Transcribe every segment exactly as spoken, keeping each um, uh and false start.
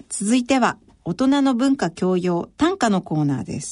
続いては大人の文化教養短歌のコーナーです。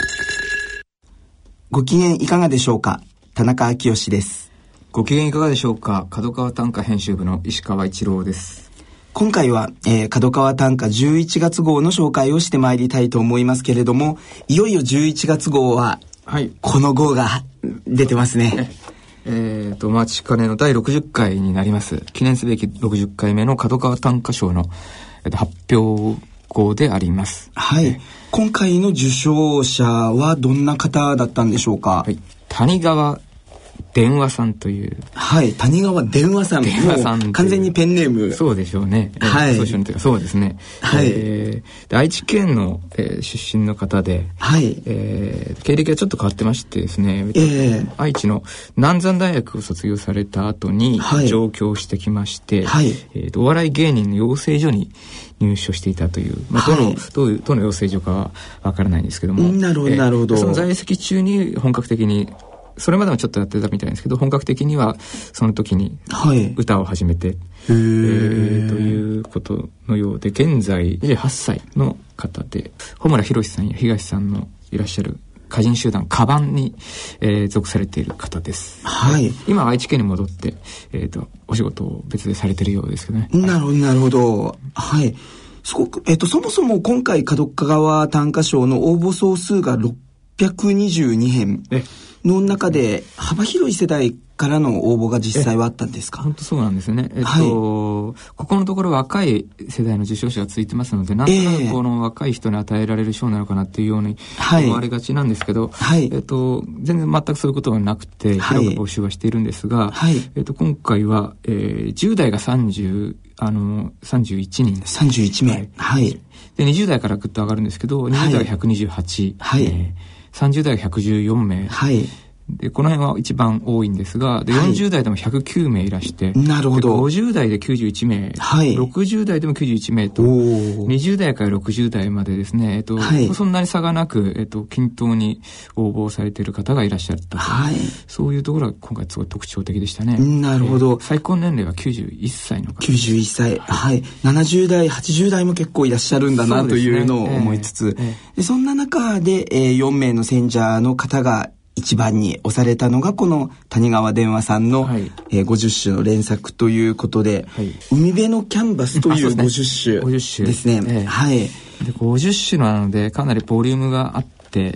ご機嫌いかがでしょうか。田中昭義です。 ご機嫌いかがでしょうか。角川短歌編集部の石川一郎です。 今回は、えー、角川短歌じゅういちがつ号の紹介をしてまいりたいと思いますけれども、いよいよじゅういちがつ号は、はい、この号が出てますね。 えーと、お待ちかねのだいろくじゅっかいになります。記念すべきろくじゅっかいめの角川短歌賞の、えーと、発表号であります。 はい。今回の受賞者はどんな方だったんでしょうか。 はい。谷川電話さんという。 はい。谷川電話さん。 電話さん。 完全にペンネーム。 そうでしょうね。 はい。 そうでしょうね。そうですね。 はい。 えー、愛知県の、えー、出身の方で。 はい。 えー、経歴がちょっと変わってましてですね。 えー、 愛知の南山大学を卒業された後に上京してきまして。はい。えーと、お笑い芸人の養成所に入所していたという。まあ、どの、はい、どういう、どの養成所かはわからないんですけども。 なるほど、なるほど。 その在籍中に本格的にそれまでもちょっとやってたみたいですけど、本格的にはその時に歌を始めて、はい、えー、ということのようで、現在にじゅうはっさいの方で、穂村弘さんや東さんのいらっしゃる歌人集団カバンに、えー、属されている方です。 はい。 今愛知県に戻って、えーと、お仕事を別でされているようですけどね。 なるほど、なるほど。はい。すごく、えっと、そもそも今回角川短歌賞の応募総数がろっぴゃくにじゅうにへんの中で幅広い世代からの応募が実際はあったんですか。 本当そうなんですね。えっと、はい、ここのところ若い世代の受賞者がついてますので、なんとなくこの若い人に与えられる賞なのかなっていうように思われがちなんですけど、はい、えっと、全然全くそういうことはなくて、広く募集はしているんですが、はい、えっと、今回は、えー、じゅう代がさんじゅう、あの、さんじゅういちにんです。 さんじゅういちめい。はい。はい、 で、にじゅう代からぐっと上がるんですけど、にじゅう代がひゃくにじゅうはち、はい、えー、さんじゅう代がひゃくじゅうよんめい。はい。で、この辺は一番多いんですが、で、よんじゅう代でもひゃくきゅうめいいらして、 なるほど。 ごじゅう代できゅうじゅういちめい、はい、ろくじゅう代でもきゅうじゅういちめいと、にじゅう代からろくじゅう代までですね、えっと、はい、そんなに差がなく、えっと、均等に応募されている方がいらっしゃったと。はい。そういうところが今回すごい特徴的でしたね。 なるほど。 最高年齢はきゅうじゅういっさいの方。 きゅうじゅういっさい。はい。ななじゅう代、はちじゅう代も結構いらっしゃるんだなというのを思いつつ、そ、ねえー、でそんな中で、えー、よんめいの選者の方が一番に押されたのがこの谷川電話さんの、はい、えー、ごじゅっしゅの連作ということで、はい、海辺のキャンバスというごじゅっしゅですね。えー、はい。 でごじゅっしゅなのでかなりボリュームがあって、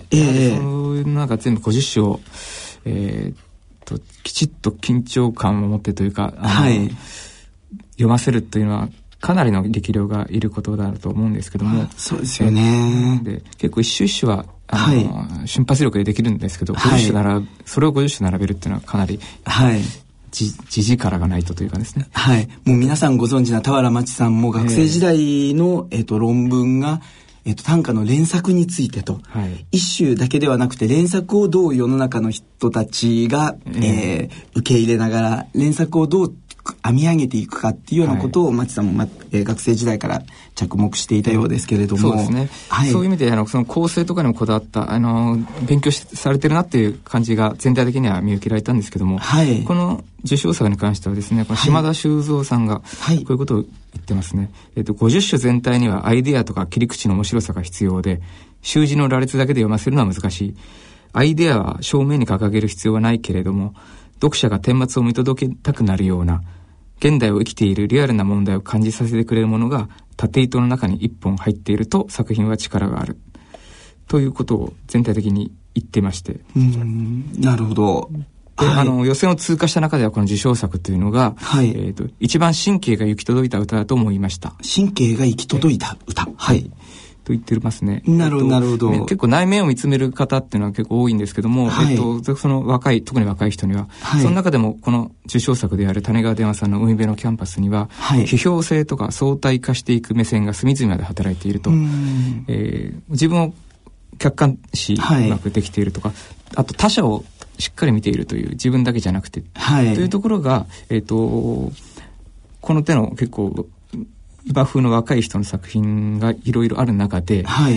えー、そういう中全部ごじゅっしゅを、えー、ときちっと緊張感を持ってというか、はい、読ませるというのはかなりの力量がいることだと思うんですけども、 そうですよね。 で結構一首一首はあの、はい、瞬発力でできるんですけど、ごじゅっしゅ並べ、それをごじゅっしゅ並べるっていうのはかなり、はい、じじ力がないとというかですね。 はい。もう皆さんご存知な俵万智さんも学生時代の、えー、と論文が、えー、と短歌の連作についてと、はい、一首だけではなくて連作をどう世の中の人たちが、えーえー、受け入れながら連作をどう編み上げていくかっていうようなことを、はい、松さんも、まえー、学生時代から着目していたようですけれども、 そうですね、はい、そういう意味であのその構成とかにもこだわったあの勉強しされてるなっていう感じが全体的には見受けられたんですけども、はい、この受賞作に関してはですね、この島田修造さんがこういうことを言ってますね、はい、えーと、ごじゅっしゅ全体にはアイデアとか切り口の面白さが必要で、習字の羅列だけで読ませるのは難しい。アイデアは正面に掲げる必要はないけれども、読者が顛末を見届けたくなるような現代を生きているリアルな問題を感じさせてくれるものが縦糸の中に一本入っていると作品は力があるということを全体的に言ってまして、 うーん、なるほど。 で、はい、あの予選を通過した中ではこの受賞作というのが、はい、えーと、一番神経が行き届いた歌だと思いました。 神経が行き届いた歌、はい、はいと言ってますね。 なるほど、なるほど。 結構内面を見つめる方っていうのは結構多いんですけども、はい、えっと、その若い、特に若い人には、はい、その中でもこの受賞作である谷川電話さんの海辺のキャンパスには、はい、批評性とか相対化していく目線が隅々まで働いていると、えー、自分を客観視うまくできているとか、はい、あと他者をしっかり見ているという、自分だけじゃなくて、はい、というところが、えっと、この手の結構今風の若い人の作品がいろいろある中で、はい、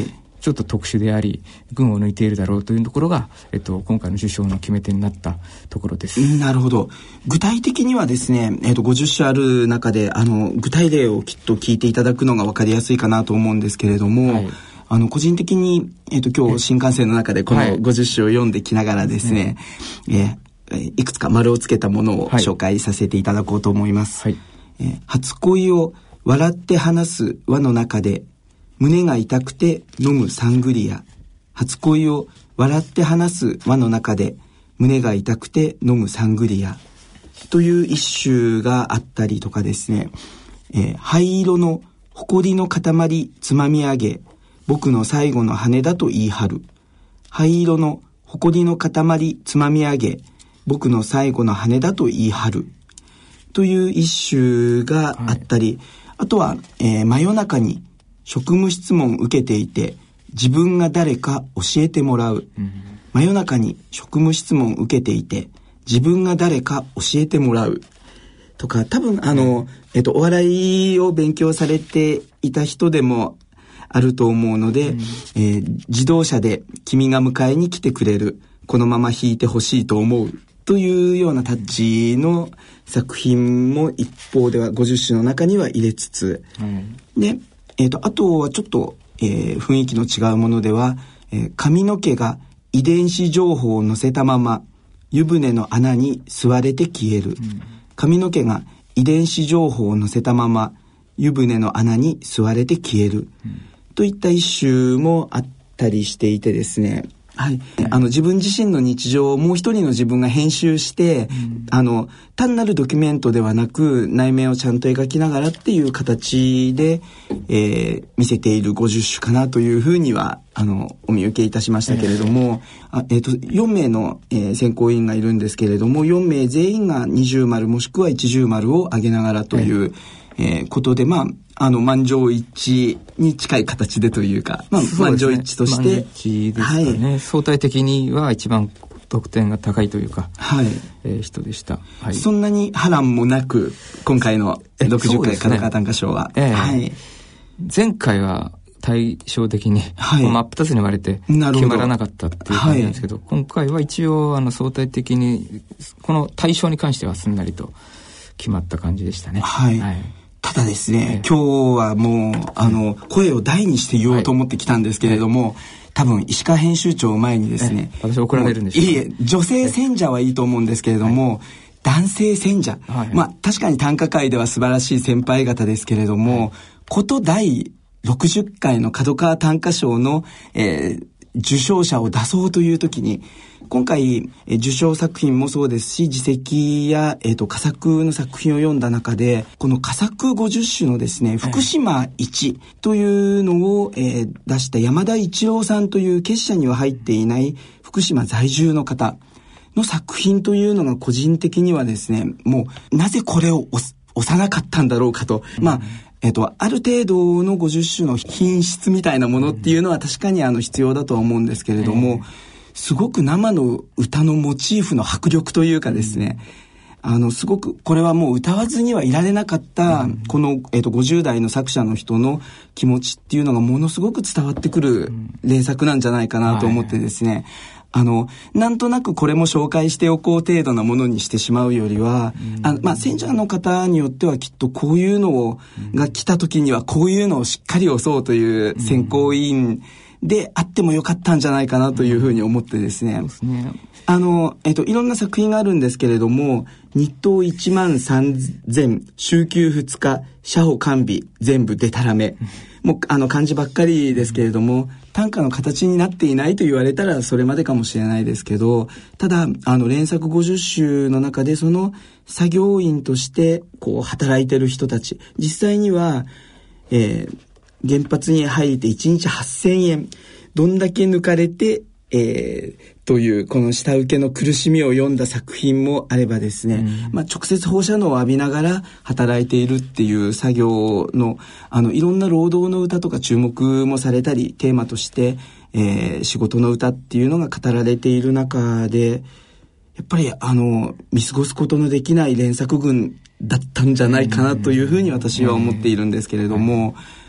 ちょっと特殊であり群を抜いているだろうというところが、えっと、今回の受賞の決め手になったところです。 なるほど。具体的にはですね、えっと、ごじゅっ種ある中であの具体例をきっと聞いていただくのが分かりやすいかなと思うんですけれども、はい、あの個人的に、えっと、今日新幹線の中でこのごじゅっ種を読んできながらですね、はい、えー、いくつか丸をつけたものを紹介させていただこうと思います。はい、えー、初恋を笑って話す輪の中で胸が痛くて飲むサングリア。初恋を笑って話す輪の中で胸が痛くて飲むサングリアという一首があったりとかですね、えー、灰色の埃の塊つまみ上げ僕の最後の羽だと言い張る。灰色の埃の塊つまみ上げ僕の最後の羽だと言い張るという一首があったり、はい、あとは、えー、真夜中に職務質問受けていて自分が誰か教えてもらう、うん、真夜中に職務質問受けていて自分が誰か教えてもらうとか、多分あの、えっと、お笑いを勉強されていた人でもあると思うので、うん、えー、自動車で君が迎えに来てくれるこのまま弾いてほしいと思うというようなタッチの作品も一方ではごじゅっ種の中には入れつつ、うん、で、えーと、あとはちょっと、えー、雰囲気の違うものでは、えー、髪の毛が遺伝子情報を乗せたまま湯船の穴に吸われて消える、うん、髪の毛が遺伝子情報を乗せたまま湯船の穴に吸われて消える、うん、といった一首もあったりしていてですね、はい、あの自分自身の日常をもう一人の自分が編集して、うん、あの単なるドキュメントではなく内面をちゃんと描きながらっていう形で、えー、見せているごじゅっ種かなというふうにはあのお見受けいたしましたけれども、えーあえー、とよん名の、えー、選考委員がいるんですけれども、よん名全員が二重丸もしくは一重丸を上げながらという、えーえー、ことで、まああの満場一致に近い形でというか、まあ、満場一致として、 満一致ですかね、はい、相対的には一番得点が高いというか、はい、えー、人でした、 はい、そんなに波乱もなく今回のろくじゅっかい角川短歌賞は、えーはい、 前回は対照的に、はい、真っ二つに割れて決まらなかったっていう感じなんですけど、はい、今回は一応あの相対的にこの対象に関してはすんなりと決まった感じでしたね。 はい、はい、ただですね、えー、今日はもうあの声を大にして言おうと思ってきたんですけれども、はい、多分石川編集長を前にですね、 えー、私怒られるんでしょうか。 いえ、女性選者はいいと思うんですけれども、はい、男性選者、はい、まあ確かに短歌界では素晴らしい先輩方ですけれども、はい、こと第ろくじゅっかいの角川短歌賞の、えー、受賞者を出そうという時に、今回、えー、受賞作品もそうですし、自責や、えー、と佳作の作品を読んだ中で、この佳作ごじゅっ種のですね、福島一というのを、えー、出した山田一郎さんという結社には入っていない福島在住の方の作品というのが個人的にはですね、もうなぜこれを押さなかったんだろうかと、うん、まあえっと、ある程度のごじゅっ種の品質みたいなものっていうのは確かにあの必要だとは思うんですけれども、うん、すごく生の歌のモチーフの迫力というかですね、うん、あのすごくこれはもう歌わずにはいられなかった、うん、この、えっと、ごじゅう代の作者の人の気持ちっていうのがものすごく伝わってくる連作なんじゃないかなと思ってですね、はい、あのなんとなくこれも紹介しておこう程度なものにしてしまうよりは、うん、あまあ選者の方によってはきっとこういうのを、うん、が来た時にはこういうのをしっかり押そうという選考委員であってもよかったんじゃないかなというふうに思ってですね、うん、そうですね、あの、えっと、いろんな作品があるんですけれども、日当いちまんさんぜん、週休ふつか、社保完備、全部でたらめ。もう、あの、漢字ばっかりですけれども、短歌の形になっていないと言われたらそれまでかもしれないですけど、ただ、あの、連作ごじゅっ種の中でその作業員として、こう、働いてる人たち、実際には、えー、原発に入っていちにちはっせんえん、どんだけ抜かれて、えー、というこの下請けの苦しみを読んだ作品もあればですね、うん、まあ、直接放射能を浴びながら働いているっていう作業のあのいろんな労働の歌とか注目もされたりテーマとして、えー、仕事の歌っていうのが語られている中で、やっぱりあの見過ごすことのできない連作群だったんじゃないかなというふうに私は思っているんですけれども、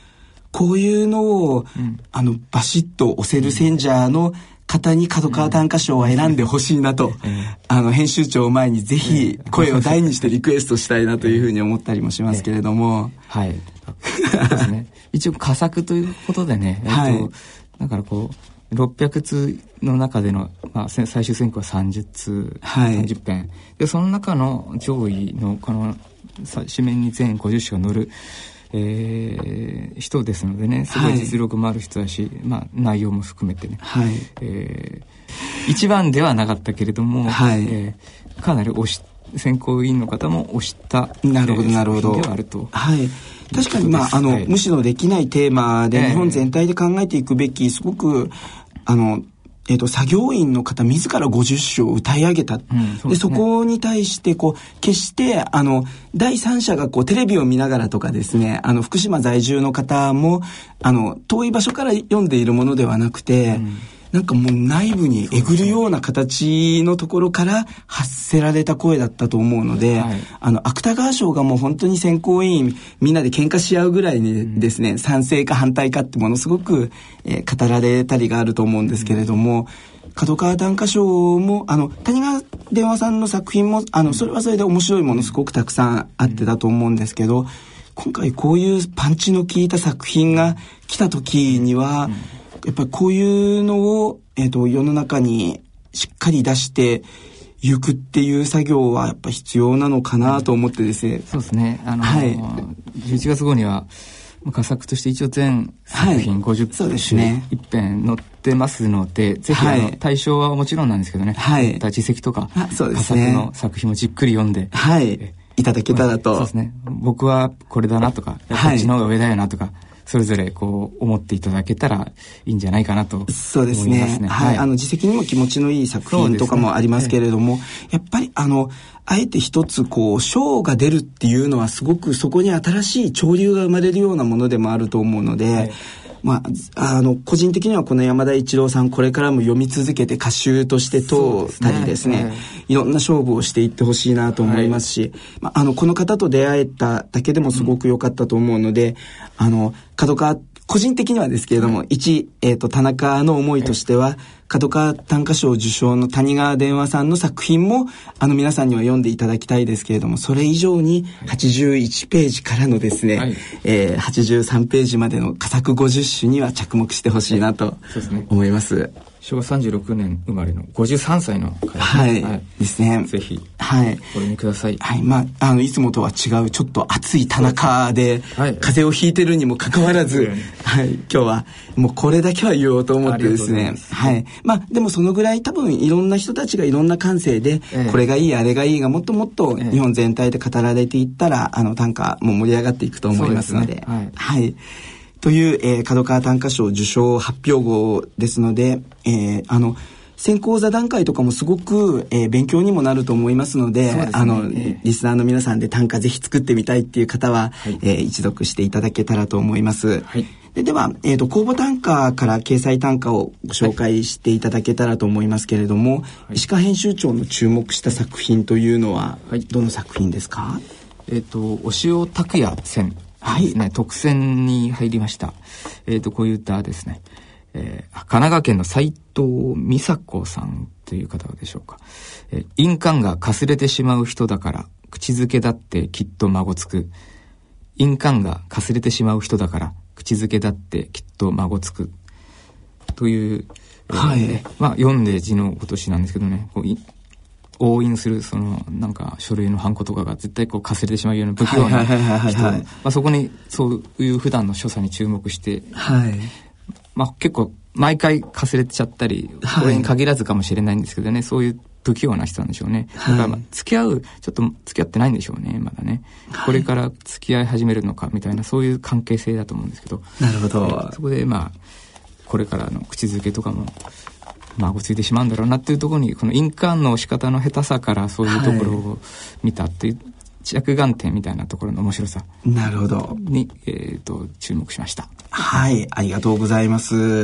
こういうのを、うん、あのバシッと押せる選者の方に角川短歌賞を選んでほしいなと、うん、あの編集長を前にぜひ声を大にしてリクエストしたいなというふうに思ったりもしますけれども、 はい、そうですね、一応佳作ということでね、えっと、はい、だからこうろっぴゃくつうの中での、まあ、最終選考はさんじゅっつう、はい、さんじゅっぺんで、その中の上位のこの紙面に全ごじゅっしゅが載る、えー、人ですのでね、すごい実力もある人だし、はい、まあ、内容も含めてね、はい、えー、一番ではなかったけれども、はい、えー、かなり推し選考委員の方も推したなるほどなるほど、 ではあると。 はい、確かに、まあ、あの、はい、無視のできないテーマで日本全体で考えていくべき、すごくあのえー、と作業員の方自らごじゅっしゅを歌い上げた、うん、 そ, で、ね、そこに対してこう決してあの第三者がこうテレビを見ながらとかですね、あの福島在住の方もあの遠い場所から読んでいるものではなくて、うん、なんかもう内部にえぐるような形のところから発せられた声だったと思うので、はい、あの芥川賞がもう本当に選考委員みんなで喧嘩し合うぐらいにですね、うん、賛成か反対かってものすごく、えー、語られたりがあると思うんですけれども、うん、角川短歌賞もあの谷川電話さんの作品もあのそれはそれで面白いものすごくたくさんあってだと思うんですけど、今回こういうパンチの効いた作品が来た時には、うん、やっぱりこういうのを、えーと、世の中にしっかり出していくっていう作業はやっぱ必要なのかなと思ってですね、うん、 そうですね、あのーはい、じゅういちがつ号には佳作として一応全作品ごじゅっしゅ、はい、一編載ってますので、ぜひあの、はい、対象はもちろんなんですけどね、はい、実績とか、そうですね、佳作の作品もじっくり読んで、 はい、いただけたらと、 そうですね、僕はこれだなとか、こっちの方が上だよなとか、はい、それぞれこう思っていただけたらいいんじゃないかなと思いますね。 そうですね。はい。はい、あの実績にも気持ちのいい作品とかもありますけれども、ね、やっぱりあのあえて一つこう賞が出るっていうのはすごくそこに新しい潮流が生まれるようなものでもあると思うので。はい、まあ、あの個人的にはこの山田一郎さんこれからも読み続けて歌集として通ったりですね、すね、はい、いろんな勝負をしていってほしいなと思いますし、はい、まあ、あのこの方と出会えただけでもすごく良かったと思うので、うん、あの角川個人的にはですけれども、はい、一、えーと、田中の思いとしては、はい、角川短歌賞受賞の谷川電話さんの作品もあの皆さんには読んでいただきたいですけれども、それ以上にはちじゅういちページからのですね、はい、えー、はちじゅうさんページまでの佳作ごじゅっしゅには着目してほしいなと思います。 しょうわさんじゅうろくねん生まれのごじゅうさんさいの方、 はい、はい、ですね。 ぜひ、 はい、 お読みください。 はい、まあ、あの、いつもとは違う、ちょっと熱い田中で、はい、風邪をひいてるにもかかわらず、はい、今日は、もうこれだけは言おうと思ってですね、はい。まあ、でもそのぐらい多分いろんな人たちがいろんな感性で、ええ、これがいい、あれがいいがもっともっと日本全体で語られていったら、あの、短歌も盛り上がっていくと思いますので、でね、はい。はい、という、えー、角川短歌賞受賞発表号ですので、えー、あの選考座談会とかもすごく、えー、勉強にもなると思いますの で, で、ね、あの、えー、リスナーの皆さんで短歌ぜひ作ってみたいっていう方は、はい、えー、一読していただけたらと思います。はい、で, では、えーと、公募短歌から掲載短歌をご紹介していただけたらと思いますけれども、はい、石川編集長の注目した作品というのは、はい、どの作品ですか？ えーと、押尾拓也選ですね、はい、特選に入りました。えーと、こういう歌ですね。えー、神奈川県の斉藤美佐子さんという方でしょうか。えー、印鑑がかすれてしまう人だから口づけだってきっと孫つく。印鑑がかすれてしまう人だから口づけだってきっと孫つくという、えー、はい、まあ読んで字の落としなんですけどね、こう押印するそのなんか書類のハンコとかが絶対こうかすれてしまうような不器用な人、そこにそういう普段の所作に注目して、はい、まあ、結構毎回かすれちゃったり、これに限らずかもしれないんですけどね、そういう不器用な人なんでしょうね。だからまあ付き合うちょっと付き合ってないんでしょうね、まだね、はい、これから付き合い始めるのかみたいな、そういう関係性だと思うんですけど、 なるほど。 そこでまあこれからの口づけとかも孫ついてしまうんだろうなっていうところに、この印鑑の仕方の下手さからそういうところを見たっていう、はい、着眼点みたいなところの面白さに、 なるほど、 えー、と注目しました。 はい、ありがとうございます。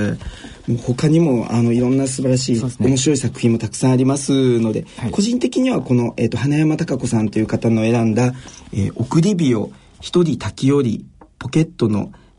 もう他にもあのいろんな素晴らしい、ね、面白い作品もたくさんありますので、はい、個人的にはこの、えー、と花山貴子さんという方の選んだ、えー、送り火を一人炊きよりポケットの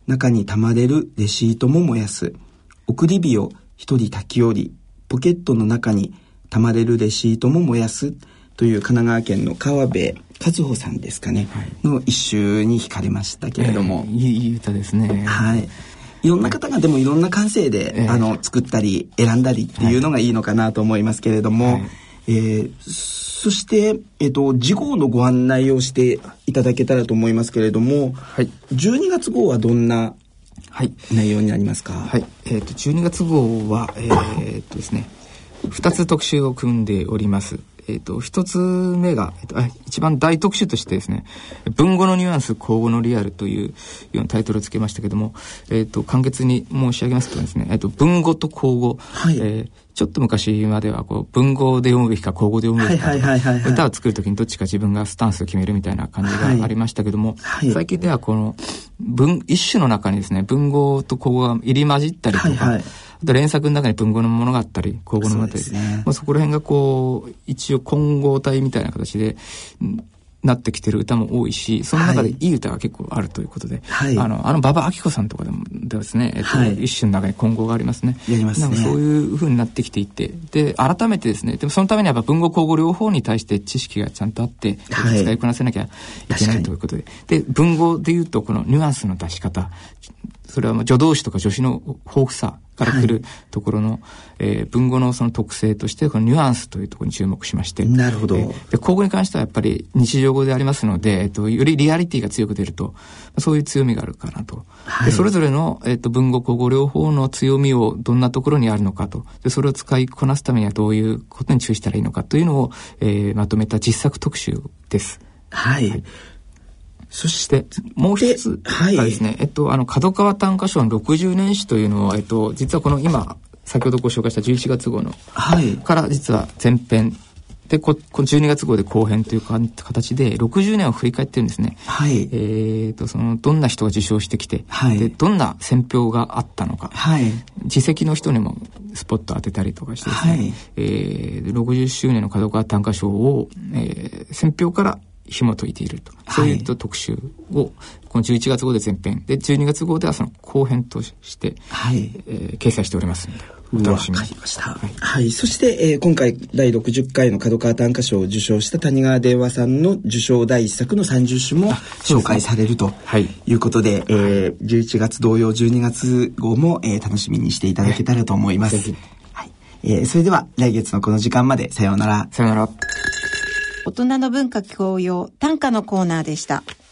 中に溜まれるレシートも燃やす。送り火を一人炊き折り、ポケットの中に溜まれるレシートも燃やすという神奈川県の川辺和穂さんですかね、はい、の一首に惹かれましたけれども、 えー、いい歌ですね。 はい。いろんな方がでもいろんな感性で、えー、あの作ったり選んだりっていうのがいいのかなと思いますけれども、はい、えー、そして、えーと、次号のご案内をしていただけたらと思いますけれども、はい、じゅうにがつ号はどんな内容になりますか？ はい、えーと、じゅうにがつ号は、えーとですね、ふたつ特集を組んでおります。えっと、一つ目が、えっと、一番大特集としてですね、文語のニュアンス、口語のリアルというようなタイトルをつけましたけども、えっと、簡潔に申し上げますとですね、えっと、文語と口語、はい、えー、ちょっと昔まではこう文語で読むべきか口語で読むべきかとか、はいはいはいはい、歌を作るときにどっちか自分がスタンスを決めるみたいな感じがありましたけども、はいはい、最近ではこの文、一種の中にですね、文語と口語が入り混じったりとか、はいはい、あと連作の中に文語のものがあったり口語のものがあったり、 そ,、ね、まあ、そこら辺がこう一応混合体みたいな形でなってきてる歌も多いし、その中でいい歌が結構あるということで、はい、あのあの馬場明子さんとかでもですね、えっとはい、一種の中に混合がありますね。 やりますね。 なんかそういう風になってきていて、で改めてですね、でもそのためにはやっぱ文語口語両方に対して知識がちゃんとあって、はい、使いこなせなきゃいけないということで、で文語でいうとこのニュアンスの出し方、それはまあ助動詞とか助詞の豊富さから来るところの、はい、えー、文語のその特性としてこのニュアンスというところに注目しまして、 なるほど。 えー、で口語に関してはやっぱり日常語でありますので、えっと、よりリアリティが強く出ると、そういう強みがあるかなと。はい、でそれぞれの、えっと、文語口語両方の強みをどんなところにあるのかと、でそれを使いこなすためにはどういうことに注意したらいいのかというのを、えー、まとめた実作特集です。 はい、はい。 そしてもう一つがですね、はい、えっとあの角川短歌賞のろくじゅうねん史というのは、えっと実はこの今先ほどご紹介したじゅういちがつ号の、はい、から実は前編でここじゅうにがつ号で後編というか形でろくじゅうねんを振り返ってるんですね。はい、えーとそのどんな人が受賞してきて、はい、でどんな選評があったのか、はい、自責の人にもスポット当てたりとかしてですね、はい、えー、ろくじゅっしゅうねんの角川短歌賞を、えー、選評から紐解いていると、そういう特集をこのじゅういちがつ号で前編で、じゅうにがつ号ではその後編として、はい、えー、掲載しておりますのでお楽しみに。 わかりました。はい、はい、そして、えー、今回だいろくじゅっかいの角川短歌賞を受賞した谷川電話さんの受賞第一作のさんじゅっしゅも紹介されるということで、えー、じゅういちがつ同様じゅうにがつ号も、えー、楽しみにしていただけたらと思います。はい、えー、それでは来月のこの時間までさようなら。 さようなら。 大人の文化教養短歌のコーナーでした。